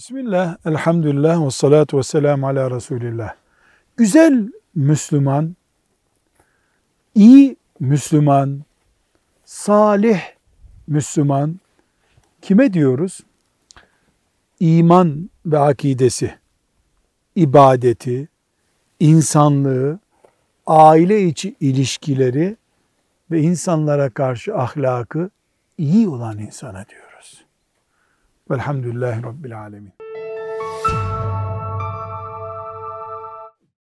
Bismillah, elhamdülillah ve salatu ve selamu ala Resulillah. Güzel Müslüman, iyi Müslüman, salih Müslüman kime diyoruz? İman ve akidesi, ibadeti, insanlığı, aile içi ilişkileri ve insanlara karşı ahlakı iyi olan insana diyoruz. Velhamdülillahi Rabbil alemin.